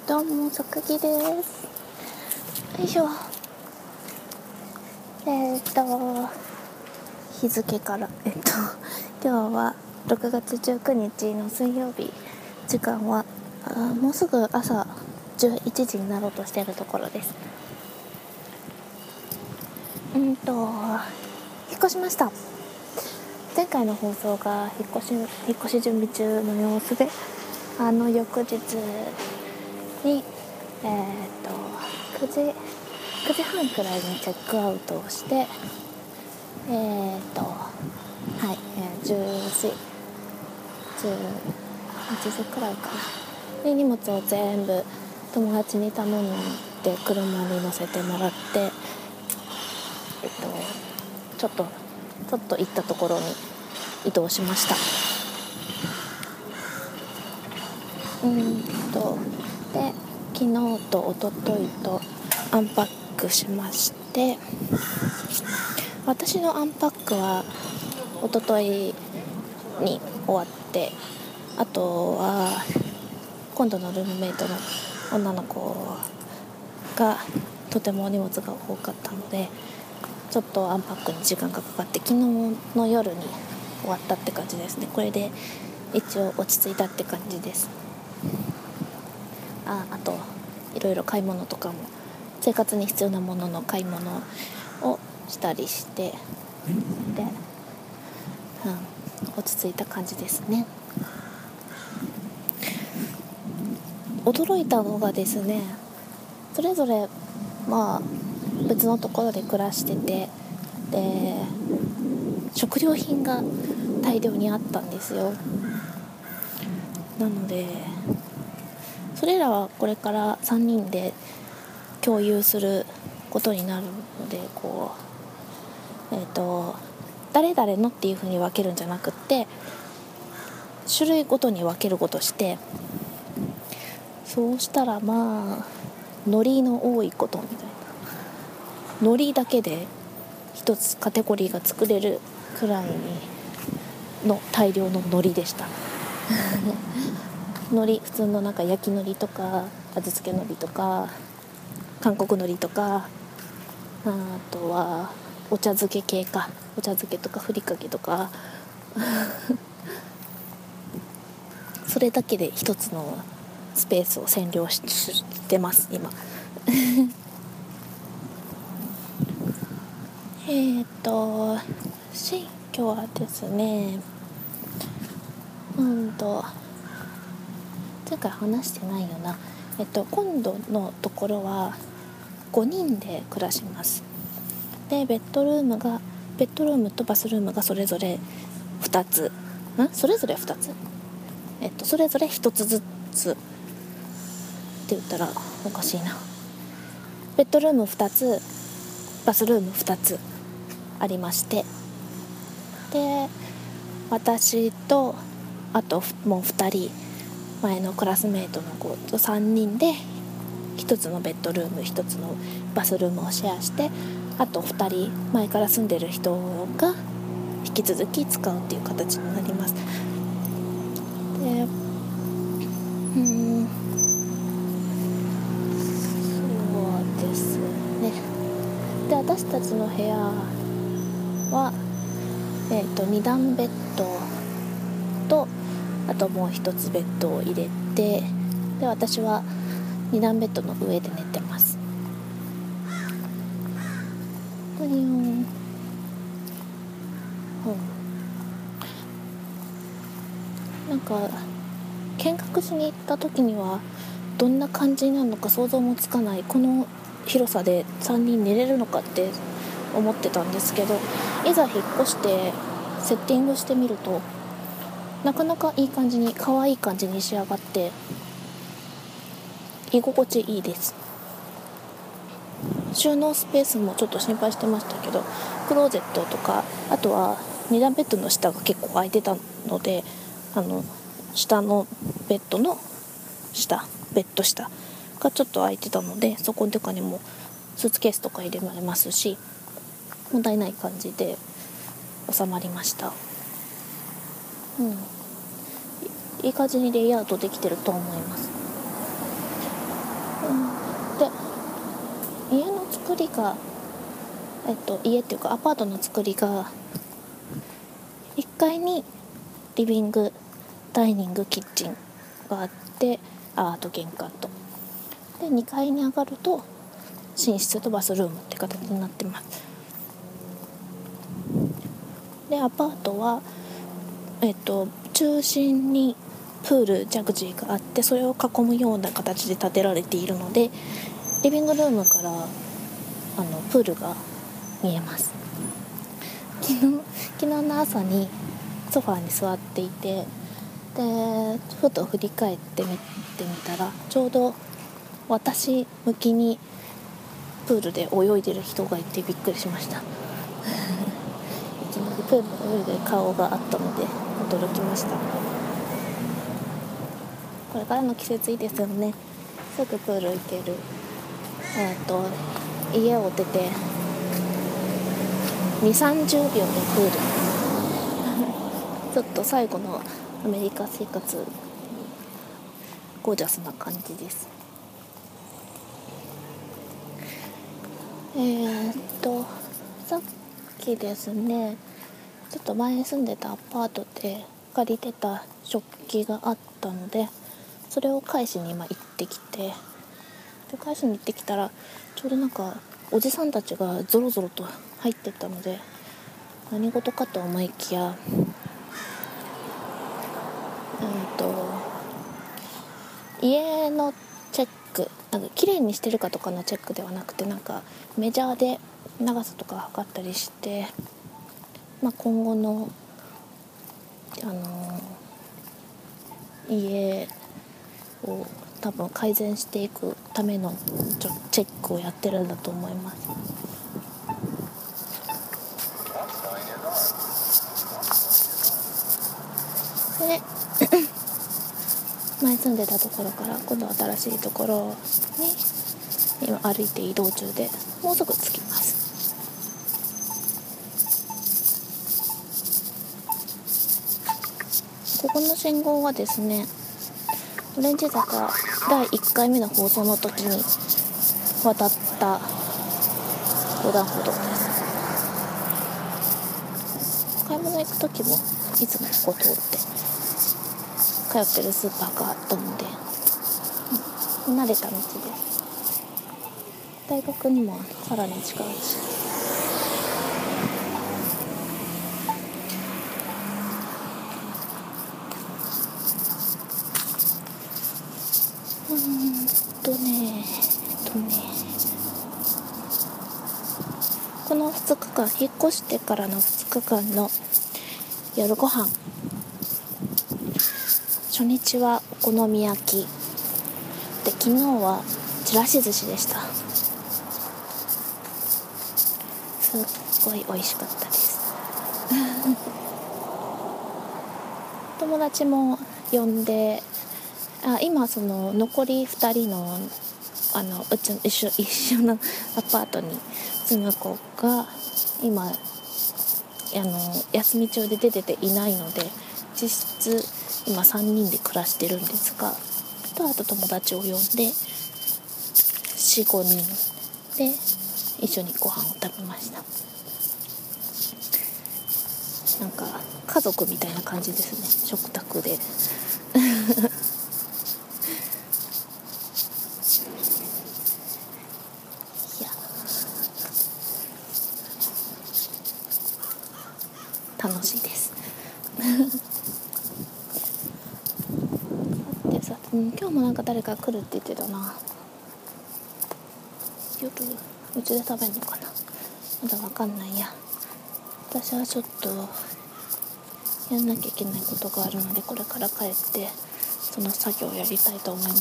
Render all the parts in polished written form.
どうも、さくぎです。よいしょ。日付から今日は6月19日の水曜日、時間はもうすぐ朝11時になろうとしているところです。引っ越しました。前回の放送が引っ越し準備中の様子で、翌日に9時半くらいにチェックアウトをして、10時11時くらいかなに荷物を全部友達に頼んで車に乗せてもらって、ちょっと行ったところに移動しました。で、昨日と一昨日とアンパックしまして、私のアンパックは一昨日に終わって、あとは今度のルームメイトの女の子がとてもお荷物が多かったので、ちょっとアンパックに時間がかかって、昨日の夜に終わったって感じですね。これで一応落ち着いたって感じです。あといろいろ買い物とかも、生活に必要なものの買い物をしたりして、で、落ち着いた感じですね。驚いたのがですね、それぞれ別のところで暮らしてて、で食料品が大量にあったんですよ。なのでそれらはこれから3人で共有することになるので、誰々のっていう風に分けるんじゃなくって、種類ごとに分けることして、そうしたら海苔の多いことみたいな、海苔だけで一つカテゴリーが作れるくらいの大量の海苔でした海苔、普通の焼き海苔とか味付け海苔とか韓国海苔とか、あとはお茶漬け系か、お茶漬けとかふりかけとかそれだけで一つのスペースを占領してます今新居はですね、前回話してないよな。今度のところは5人で暮らします。で、ベッドルームとバスルームがそれぞれ2つ、それぞれ1つずつって言ったらおかしいな。ベッドルーム2つ、バスルーム2つありまして、で、私とあともう2人、前のクラスメートの子と3人で1つのベッドルーム、1つのバスルームをシェアして、あと2人前から住んでる人が引き続き使うっていう形になります。で、そうですね。で、私たちの部屋は2段ベッドと、あともう一つベッドを入れて、で、私は2段ベッドの上で寝てます。見学しに行った時にはどんな感じなのか想像もつかない、この広さで3人寝れるのかって思ってたんですけど、いざ引っ越してセッティングしてみると、なかなかいい感じに、可愛い感じに仕上がって居心地いいです。収納スペースもちょっと心配してましたけど、クローゼットとか、あとは2段ベッドの下が結構空いてたので、下のベッドの下がちょっと空いてたので、そことかにもスーツケースとか入れられますし、問題ない感じで収まりました。いい感じにレイアウトできてると思います。 が、家っていうかアパートの作りが1階にリビング、ダイニング、キッチンがあって、あと玄関とで、2階に上がると寝室とバスルームって形になってます。でアパートは、中心にプール、ジャグジーがあって、それを囲むような形で建てられているので、リビングルームからプールが見えます。昨日の朝にソファーに座っていて、でふと振り返ってみたら、ちょうど私向きにプールで泳いでる人がいてびっくりしましたいきなりプールで泳いでる顔があったので驚きました。これからの季節いいですよね。すぐプール行ける。家を出て2、30秒でプールちょっと最後のアメリカ生活ゴージャスな感じです。さっきですね、ちょっと前住んでたアパートで借りてた食器があったので、それを返しに今行ってきて、で返しに行ってきたら、ちょうどなんかおじさんたちがゾロゾロと入ってったので、何事かと思いきや、家のチェック、なんか綺麗にしてるかとかのチェックではなくて、なんかメジャーで長さとか測ったりして、今後の家を多分改善していくためのチェックをやってるんだと思います。で前住んでたところから今度新しいところに今歩いて移動中で、もうすぐ着きます。ここの信号はですね、オレンジ坂第1回目の放送の時に渡った横断歩道です。買い物行く時もいつもここ通って通ってるスーパーがあったので、慣れた道です。大学にもさらに近いし、この2日間、引っ越してからの2日間の夜ご飯、初日はお好み焼きで、昨日はちらし寿司でした。すっごい美味しかったです友達も呼んで、今その残り2人のうちの一緒のアパートに住む子が今休み中で出てていないので、実質今3人で暮らしてるんですが、あと友達を呼んで 4,5 人で一緒にご飯を食べました。なんか家族みたいな感じですね、食卓で楽しいですでさ、今日もなんか誰か来るって言ってたな。夜うちで食べるのかな、まだわかんないや。私はちょっとやんなきゃいけないことがあるので、これから帰ってその作業をやりたいと思います。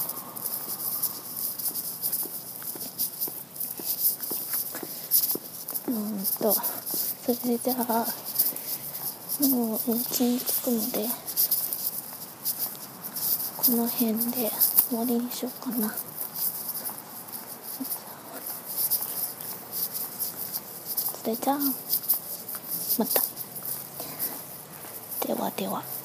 それじゃあもうお家に着くので、この辺で終わりにしようかな。それじゃあまた。ではでは。